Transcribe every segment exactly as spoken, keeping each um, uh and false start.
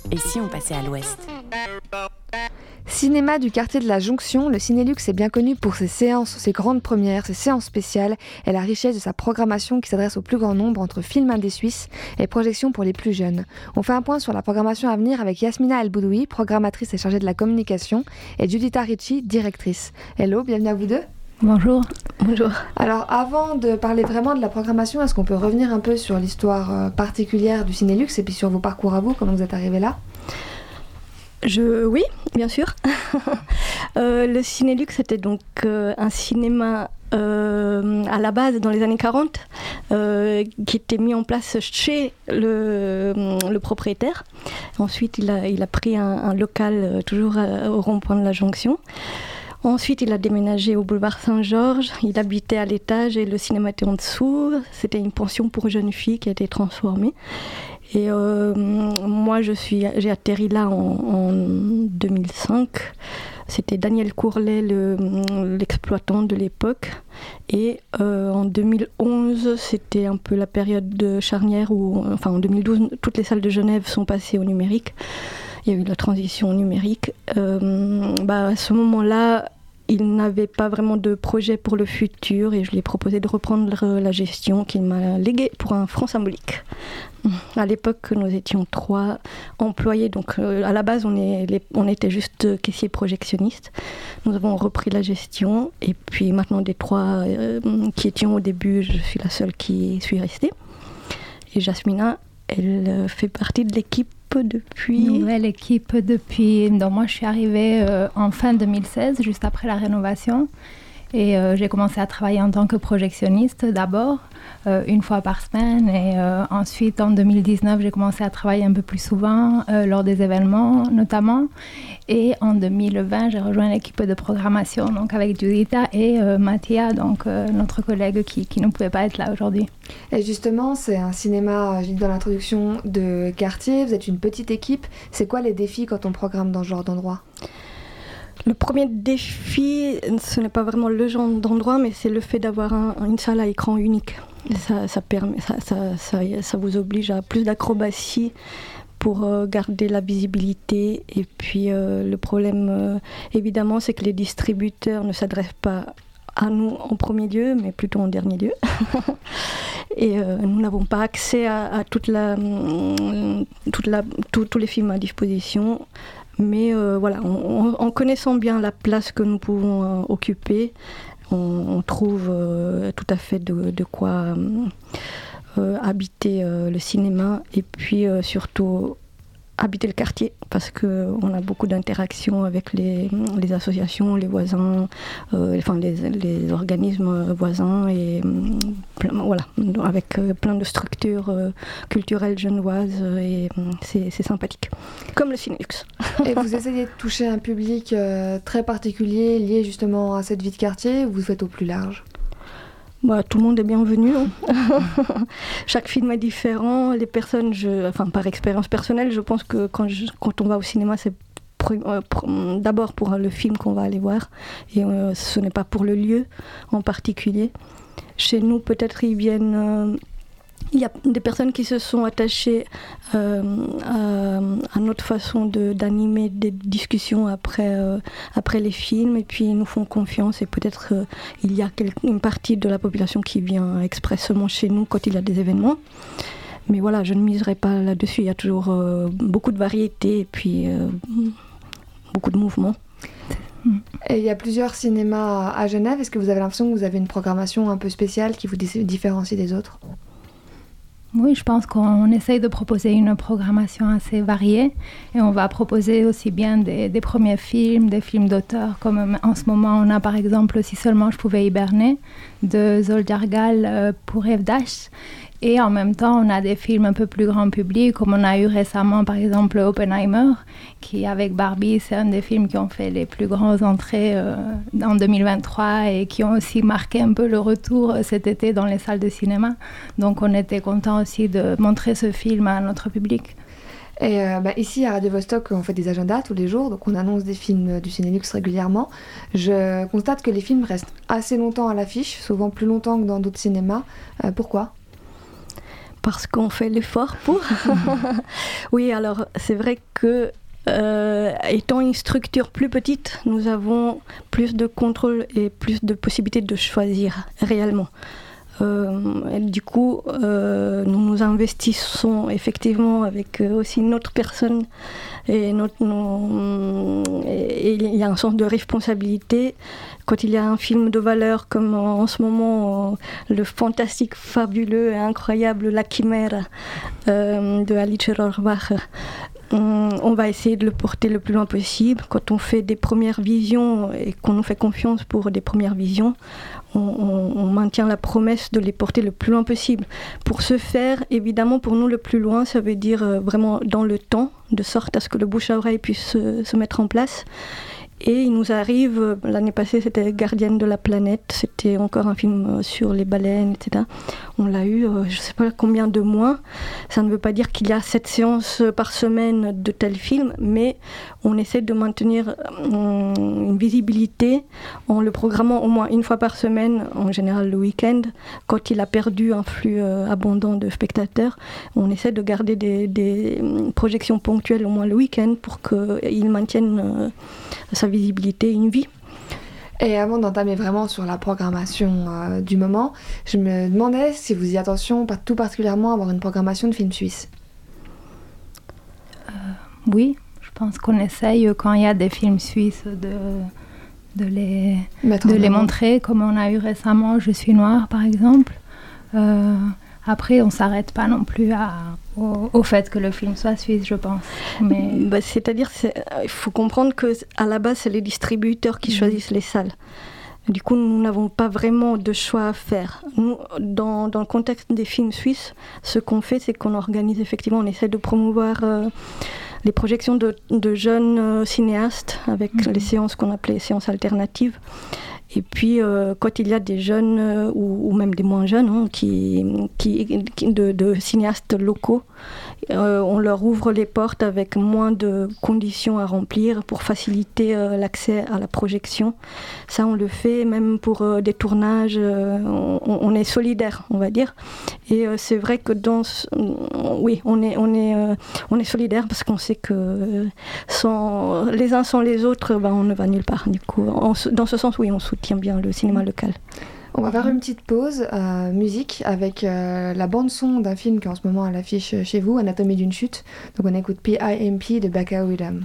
Et si on passait à l'ouest ? Cinéma du quartier de la Jonction, le Cinélux est bien connu pour ses séances, ses grandes premières, ses séances spéciales et la richesse de sa programmation qui s'adresse au plus grand nombre entre films indés suisses et projections pour les plus jeunes. On fait un point sur la programmation à venir avec Yasmina El Boudoui, programmatrice et chargée de la communication, et Juditha Ricci, directrice. Hello, bienvenue à vous deux. Bonjour. Bonjour. Alors avant de parler vraiment de la programmation, est-ce qu'on peut revenir un peu sur l'histoire particulière du Cinélux et puis sur vos parcours à vous, comment vous êtes arrivés là ? Je, oui, bien sûr. euh, le Cinélux, c'était donc euh, un cinéma euh, à la base dans les années quarante euh, qui était mis en place chez le, le propriétaire. Ensuite, il a, il a pris un, un local euh, toujours à, au rond-point de la Jonction. Ensuite, il a déménagé au boulevard Saint-Georges. Il habitait à l'étage et le cinéma était en dessous. C'était une pension pour jeunes filles qui a été transformée. Et euh, moi, je suis, j'ai atterri là en, en deux mille cinq. C'était Daniel Courlet, le, l'exploitant de l'époque. Et euh, en deux mille onze, c'était un peu la période de charnière où, enfin en deux mille douze, toutes les salles de Genève sont passées au numérique. Il y a eu la transition numérique. Euh, bah, à ce moment-là, il n'avait pas vraiment de projet pour le futur et je lui ai proposé de reprendre la gestion qu'il m'a léguée pour un franc symbolique. À l'époque, nous étions trois employés, donc euh, à la base, on, est les, on était juste caissiers projectionnistes. Nous avons repris la gestion et puis maintenant, des trois euh, qui étions au début, je suis la seule qui suis restée. Et Jasmina, elle fait partie de l'équipe depuis... Nouvelle équipe depuis... Donc moi, je suis arrivée euh, en fin deux mille seize, juste après la rénovation. Et euh, j'ai commencé à travailler en tant que projectionniste d'abord, euh, une fois par semaine. Et euh, ensuite, en deux mille dix-neuf, j'ai commencé à travailler un peu plus souvent, euh, lors des événements notamment. Et en deux mille vingt, j'ai rejoint l'équipe de programmation donc avec Juditha et euh, Mattia, donc euh, notre collègue qui, qui ne pouvait pas être là aujourd'hui. Et justement, c'est un cinéma, j'ai dit dans l'introduction, de quartier. Vous êtes une petite équipe. C'est quoi les défis quand on programme dans ce genre d'endroit ? Le premier défi, ce n'est pas vraiment le genre d'endroit, mais c'est le fait d'avoir un, une salle à écran unique. Ça, ça, permet, ça, ça, ça, ça vous oblige à plus d'acrobatie pour euh, garder la visibilité. Et puis euh, le problème, euh, évidemment, c'est que les distributeurs ne s'adressent pas à nous en premier lieu, mais plutôt en dernier lieu. Et euh, nous n'avons pas accès à, à toute la, toute la, tout, tous les films à disposition. Mais euh, voilà, en, en connaissant bien la place que nous pouvons euh, occuper, on, on trouve euh, tout à fait de, de quoi euh, habiter euh, le cinéma et puis euh, surtout habiter le quartier parce qu'on a beaucoup d'interactions avec les, les associations, les voisins, euh, enfin les, les organismes voisins et plein, voilà, avec euh, plein de structures euh, culturelles genevoises et euh, c'est, c'est sympathique, comme le Cinélux. Et vous essayez de toucher un public euh, très particulier lié justement à cette vie de quartier ou vous faites au plus large ? Bah, tout le monde est bienvenu. Hein. Chaque film est différent. Les personnes, je, enfin, par expérience personnelle, je pense que quand, je, quand on va au cinéma, c'est pr- euh, pr- d'abord pour le film qu'on va aller voir. Et euh, ce n'est pas pour le lieu en particulier. Chez nous, peut-être, ils viennent... Euh, il y a des personnes qui se sont attachées euh, à, à notre façon de, d'animer des discussions après, euh, après les films et puis ils nous font confiance et peut-être euh, il y a quelque, une partie de la population qui vient expressément chez nous quand il y a des événements. Mais voilà, je ne miserai pas là-dessus, il y a toujours euh, beaucoup de variétés et puis euh, beaucoup de mouvements. Et il y a plusieurs cinémas à Genève. Est-ce que vous avez l'impression que vous avez une programmation un peu spéciale qui vous différencie des autres ? Oui, je pense qu'on essaye de proposer une programmation assez variée et on va proposer aussi bien des, des premiers films, des films d'auteur, comme en ce moment on a par exemple Si seulement je pouvais hiberner de Zsolt Jargal euh, pour Eve Dash. Et en même temps, on a des films un peu plus grand public, comme on a eu récemment, par exemple, Oppenheimer, qui, avec Barbie, c'est un des films qui ont fait les plus grandes entrées euh, en deux mille vingt-trois et qui ont aussi marqué un peu le retour euh, cet été dans les salles de cinéma. Donc, on était content aussi de montrer ce film à notre public. Et euh, bah, ici à Radio Vostok, on fait des agendas tous les jours, donc on annonce des films du Cinélux régulièrement. Je constate que les films restent assez longtemps à l'affiche, souvent plus longtemps que dans d'autres cinémas. Euh, pourquoi ? parce qu'on fait l'effort pour. Oui, alors c'est vrai que euh, étant une structure plus petite, nous avons plus de contrôle et plus de possibilités de choisir réellement. Euh, et du coup, euh, nous nous investissons effectivement avec euh, aussi notre personne et, notre, nos, et, et il y a un sens de responsabilité. Quand il y a un film de valeur comme en, en ce moment, euh, le fantastique, fabuleux et incroyable La Chimère euh, de Alice Rohrwacher, On, on va essayer de le porter le plus loin possible. Quand on fait des premières visions et qu'on nous fait confiance pour des premières visions, on, on, on maintient la promesse de les porter le plus loin possible. Pour ce faire, évidemment, pour nous, le plus loin, ça veut dire euh, vraiment dans le temps, de sorte à ce que le bouche à oreille puisse se, se mettre en place. Et il nous arrive, l'année passée c'était Gardienne de la planète, c'était encore un film sur les baleines, et cetera. On l'a eu, je ne sais pas combien de mois. Ça ne veut pas dire qu'il y a sept séances par semaine de tel film, mais on essaie de maintenir une visibilité en le programmant au moins une fois par semaine, en général le week-end. Quand il a perdu un flux abondant de spectateurs, on essaie de garder des, des projections ponctuelles au moins le week-end pour qu'il maintienne sa visibilité, une vie. Et avant d'entamer vraiment sur la programmation euh, du moment, je me demandais si vous y attention tout particulièrement à avoir une programmation de films suisses. Euh, oui, je pense qu'on essaye quand il y a des films suisses de, de les, de les montrer, comme on a eu récemment Je suis noire par exemple. Euh, Après, on ne s'arrête pas non plus à, au, au fait que le film soit suisse, je pense. Mais... Bah, c'est-à-dire qu'il faut comprendre qu'à la base, c'est les distributeurs qui mmh. choisissent les salles. Du coup, nous n'avons pas vraiment de choix à faire. Nous, dans, dans le contexte des films suisses, ce qu'on fait, c'est qu'on organise effectivement, on essaie de promouvoir euh, les projections de, de jeunes euh, cinéastes avec mmh. les séances qu'on appelait les séances alternatives. Et puis, euh, quand il y a des jeunes euh, ou, ou même des moins jeunes hein, qui, qui, qui, de, de cinéastes locaux, euh, on leur ouvre les portes avec moins de conditions à remplir pour faciliter euh, l'accès à la projection. Ça, on le fait même pour euh, des tournages. Euh, on, on est solidaires, on va dire. Et euh, c'est vrai que dans, ce, oui, on est, on est, euh, on est solidaires parce qu'on sait que sans les uns sans les autres, ben, on ne va nulle part. Du coup, en, dans ce sens, oui, on soutient bien le cinéma local. On va faire une petite pause euh, musique avec euh, la bande-son d'un film qui est en ce moment à l'affiche chez vous, Anatomie d'une chute. Donc on écoute P I M P de Baka Willam.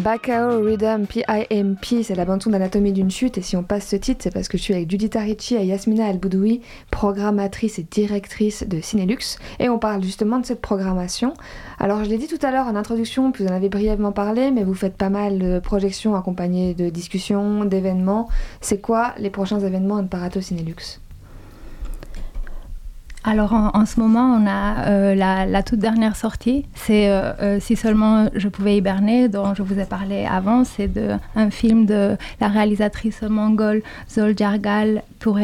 Bacao Rhythm P I M P, c'est la bande-son d'Anatomie d'une chute. Et si on passe ce titre, c'est parce que je suis avec Judith Ricci et Yasmina El-Boudoui, programmatrice et directrice de Cinélux. Et on parle justement de cette programmation. Alors, je l'ai dit tout à l'heure en introduction, puis vous en avez brièvement parlé, mais vous faites pas mal de projections accompagnées de discussions, d'événements. C'est quoi les prochains événements à ne pas rater au Cinélux ? Alors en, en ce moment, on a euh, la, la toute dernière sortie, c'est euh, euh, Si seulement je pouvais hiberner, dont je vous ai parlé avant. C'est de, un film de la réalisatrice mongole Zoljargal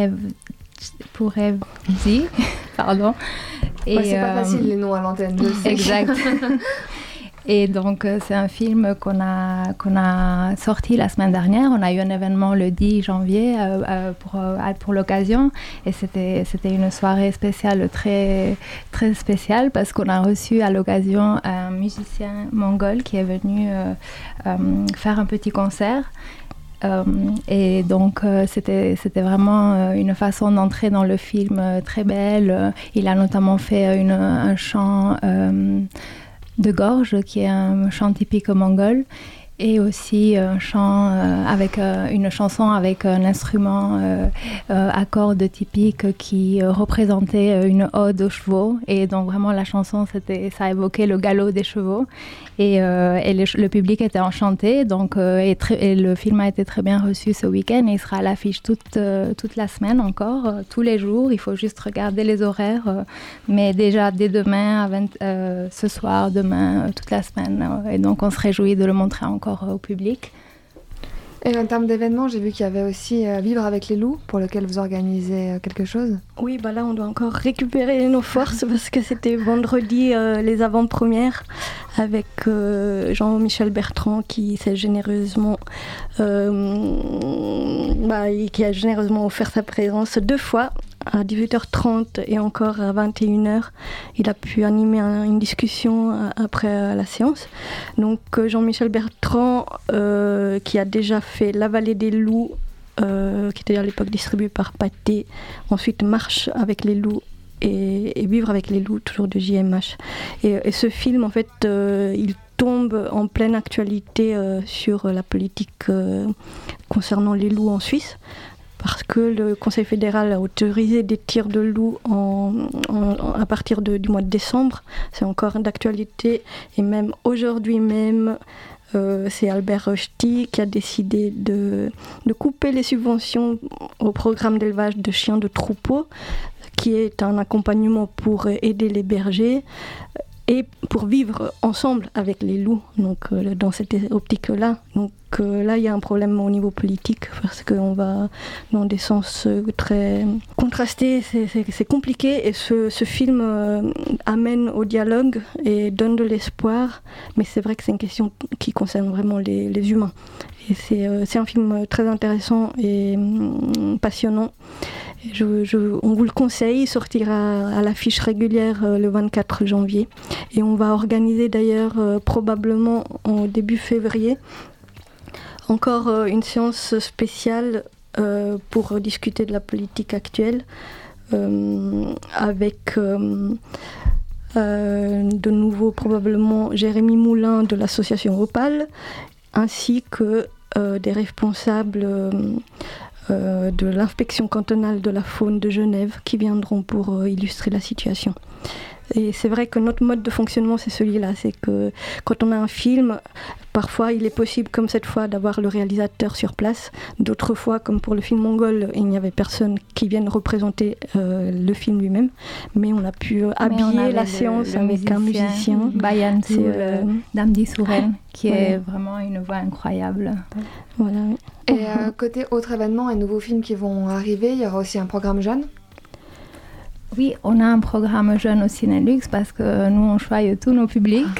Pourevzi. Pardon. Et ouais, c'est euh, pas facile les noms à l'antenne, je sais. Exact. Et donc, euh, c'est un film qu'on a, qu'on a sorti la semaine dernière. On a eu un événement le dix janvier euh, euh, pour, euh, pour l'occasion. Et c'était, c'était une soirée spéciale, très, très spéciale, parce qu'on a reçu à l'occasion un musicien mongol qui est venu euh, euh, faire un petit concert. Euh, et donc, euh, c'était, c'était vraiment euh, une façon d'entrer dans le film euh, très belle. Euh, il a notamment fait une, un chant... Euh, de gorge, qui est un chant typique mongol, et aussi un chant euh, avec euh, une chanson avec un instrument euh, euh, à cordes typique qui euh, représentait une ode aux chevaux. Et donc vraiment la chanson, c'était, ça évoquait le galop des chevaux. Et, euh, et le, le public était enchanté. Donc, euh, et, très, et le film a été très bien reçu ce week-end. Et il sera à l'affiche toute, euh, toute la semaine encore, euh, tous les jours. Il faut juste regarder les horaires. Euh, mais déjà dès demain, à vingt, euh, ce soir, demain, euh, toute la semaine. Euh, et donc on se réjouit de le montrer encore euh, au public. Et en termes d'événements, j'ai vu qu'il y avait aussi euh, Vivre avec les loups, pour lequel vous organisez euh, quelque chose. Oui, bah là, on doit encore récupérer nos forces, parce que c'était vendredi euh, les avant-premières, avec euh, Jean-Michel Bertrand, qui s'est généreusement, euh, bah, qui a généreusement offert sa présence deux fois, à dix-huit heures trente et encore à vingt et une heures. Il a pu animer un, une discussion après la séance. Donc Jean-Michel Bertrand, euh, qui a déjà fait La Vallée des Loups, euh, qui était à l'époque distribué par Pathé, ensuite Marche avec les loups et, et Vivre avec les loups, toujours de J M H. Et, et ce film, en fait, euh, il tombe en pleine actualité euh, sur la politique euh, concernant les loups en Suisse, parce que le Conseil fédéral a autorisé des tirs de loups en, en, à partir de, du mois de décembre. C'est encore d'actualité. Et même aujourd'hui même, euh, c'est Albert Rochety qui a décidé de, de couper les subventions au programme d'élevage de chiens de troupeau, qui est un accompagnement pour aider les bergers et pour vivre ensemble avec les loups, donc euh, dans cette optique-là. Donc euh, là, il y a un problème au niveau politique, parce qu'on va dans des sens euh, très contrastés, c'est, c'est, c'est compliqué, et ce, ce film euh, amène au dialogue et donne de l'espoir, mais c'est vrai que c'est une question qui concerne vraiment les, les humains. Et c'est, euh, c'est un film très intéressant et hum, passionnant. Je, je, on vous le conseille, il sortira à l'affiche régulière euh, le vingt-quatre janvier. Et on va organiser d'ailleurs euh, probablement en début février encore euh, une séance spéciale euh, pour discuter de la politique actuelle euh, avec euh, euh, de nouveau probablement Jérémy Moulin de l'association Opal, ainsi que euh, des responsables euh, Euh, de l'inspection cantonale de la faune de Genève qui viendront pour euh, illustrer la situation. Et c'est vrai que notre mode de fonctionnement, c'est celui-là, c'est que quand on a un film, parfois il est possible, comme cette fois, d'avoir le réalisateur sur place. D'autres fois, comme pour le film mongol, il n'y avait personne qui vienne représenter euh, le film lui-même, mais on a pu habiller la le, séance le avec musicien, un musicien, Bayan c'est euh, Damdi Souren, qui ouais. est vraiment une voix incroyable. Voilà. Et euh, côté autres événements et nouveaux films qui vont arriver, il y aura aussi un programme jeune. Oui, on a un programme jeune au Cinélux parce que nous, on choisit tous nos publics.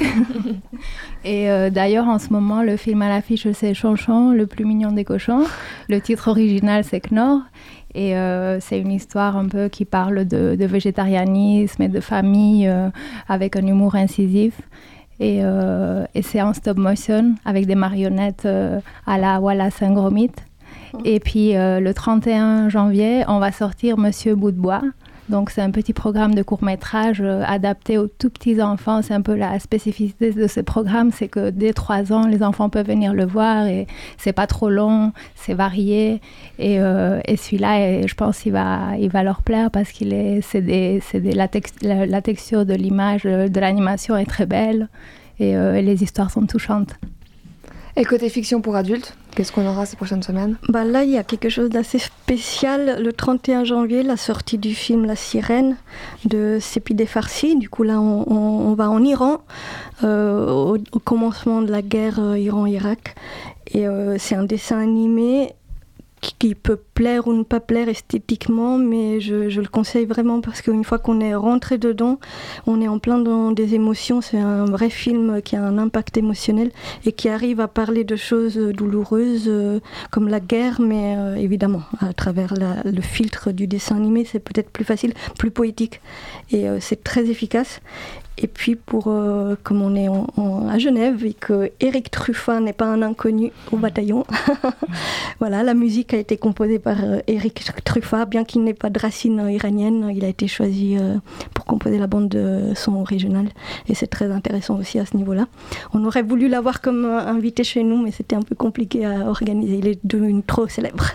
Et euh, d'ailleurs, en ce moment, le film à l'affiche, c'est Chonchon, le plus mignon des cochons. Le titre original, c'est Knorr. Et euh, c'est une histoire un peu qui parle de, de végétarianisme et de famille euh, avec un humour incisif. Et, euh, et c'est en stop motion avec des marionnettes euh, à la Wallace and Gromit. Et puis euh, le trente et un janvier, on va sortir Monsieur Bout de Bois, Donc c'est un petit programme de court-métrage euh, adapté aux tout petits enfants. C'est un peu la spécificité de ce programme, c'est que dès trois ans, les enfants peuvent venir le voir et c'est pas trop long, c'est varié. Et, euh, et celui-là, et je pense qu'il va, il va leur plaire parce qu'il est, c'est des, c'est des, la, tex, la, la texture de l'image, de l'animation est très belle et, euh, et les histoires sont touchantes. Et côté fiction pour adultes, qu'est-ce qu'on aura ces prochaines semaines ? Bah là, il y a quelque chose d'assez spécial. Le trente et un janvier, la sortie du film La Sirène de Sepideh Farsi. Du coup, là, on, on, on va en Iran, euh, au, au commencement de la guerre euh, Iran-Irak. Et euh, c'est un dessin animé qui peut plaire ou ne pas plaire esthétiquement, mais je, je le conseille vraiment parce qu'une fois qu'on est rentré dedans, on est en plein dans des émotions. C'est un vrai film qui a un impact émotionnel et qui arrive à parler de choses douloureuses euh, comme la guerre, mais euh, évidemment, à travers la, le filtre du dessin animé, c'est peut-être plus facile, plus poétique et euh, c'est très efficace. Et puis, pour, euh, comme on est en, en, à Genève et que Éric Truffat n'est pas un inconnu au bataillon, voilà, la musique a été composée par euh, Éric Truffat, bien qu'il n'ait pas de racines euh, iraniennes, il a été choisi euh, pour composer la bande de son originale. Et c'est très intéressant aussi à ce niveau-là. On aurait voulu l'avoir comme euh, invité chez nous, mais c'était un peu compliqué à organiser. Il est devenu trop célèbre.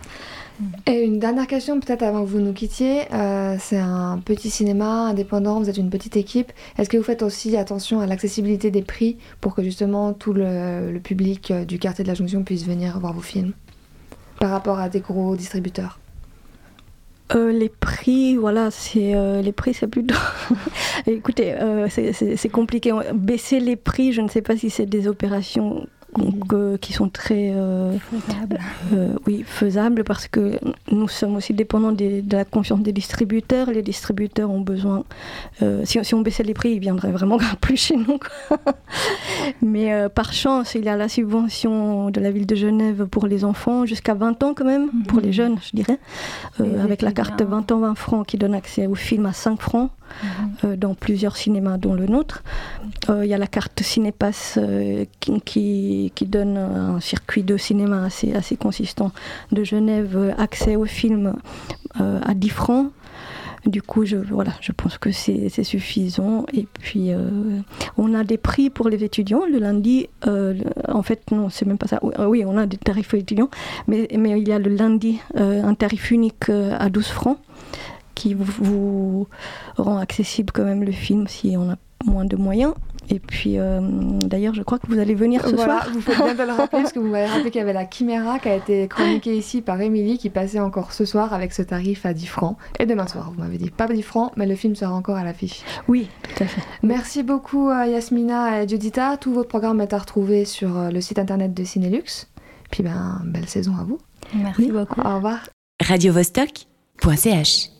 Et une dernière question peut-être avant que vous nous quittiez, euh, c'est un petit cinéma indépendant, vous êtes une petite équipe, est-ce que vous faites aussi attention à l'accessibilité des prix pour que justement tout le, le public du quartier de la Jonction puisse venir voir vos films par rapport à des gros distributeurs ? Euh, les prix, voilà, c'est euh, les prix, c'est plutôt. Écoutez, euh, c'est, c'est, c'est compliqué. Baisser les prix, je ne sais pas si c'est des opérations Donc, euh, qui sont très euh, faisables. Euh, oui, faisables parce que nous sommes aussi dépendants des, de la confiance des distributeurs. Les distributeurs ont besoin, euh, si, si on baissait les prix, ils viendraient vraiment plus chez nous, quoi. Mais euh, par chance, il y a la subvention de la ville de Genève pour les enfants jusqu'à vingt ans quand même, mm-hmm. pour les jeunes, je dirais, euh, avec la carte vingt ans vingt francs qui donne accès au film à cinq francs. Mmh. Euh, dans plusieurs cinémas dont le nôtre. Il euh, y a la carte Cinépass euh, qui, qui, qui donne un circuit de cinéma assez, assez consistant de Genève, euh, accès au film euh, à dix francs. Du coup, je, voilà, je pense que c'est, c'est suffisant. Et puis, euh, on a des prix pour les étudiants. Le lundi, euh, en fait, non, c'est même pas ça. Oui, on a des tarifs étudiants, mais, mais il y a le lundi euh, un tarif unique euh, à douze francs. Qui vous, vous rend accessible quand même le film si on a moins de moyens. Et puis, euh, d'ailleurs, je crois que vous allez venir ce voilà, soir. Vous faites bien de le rappeler, parce que vous m'avez rappelé qu'il y avait la Chiméra qui a été chroniquée ici par Émilie, qui passait encore ce soir avec ce tarif à dix francs. Et demain soir, vous m'avez dit pas dix francs, mais le film sera encore à l'affiche. Oui, tout à fait. Merci beaucoup à Yasmina et Judita. Tout votre programme est à retrouver sur le site internet de Cinélux. Puis, ben, belle saison à vous. Merci oui. beaucoup. Au revoir. radio vostok point c h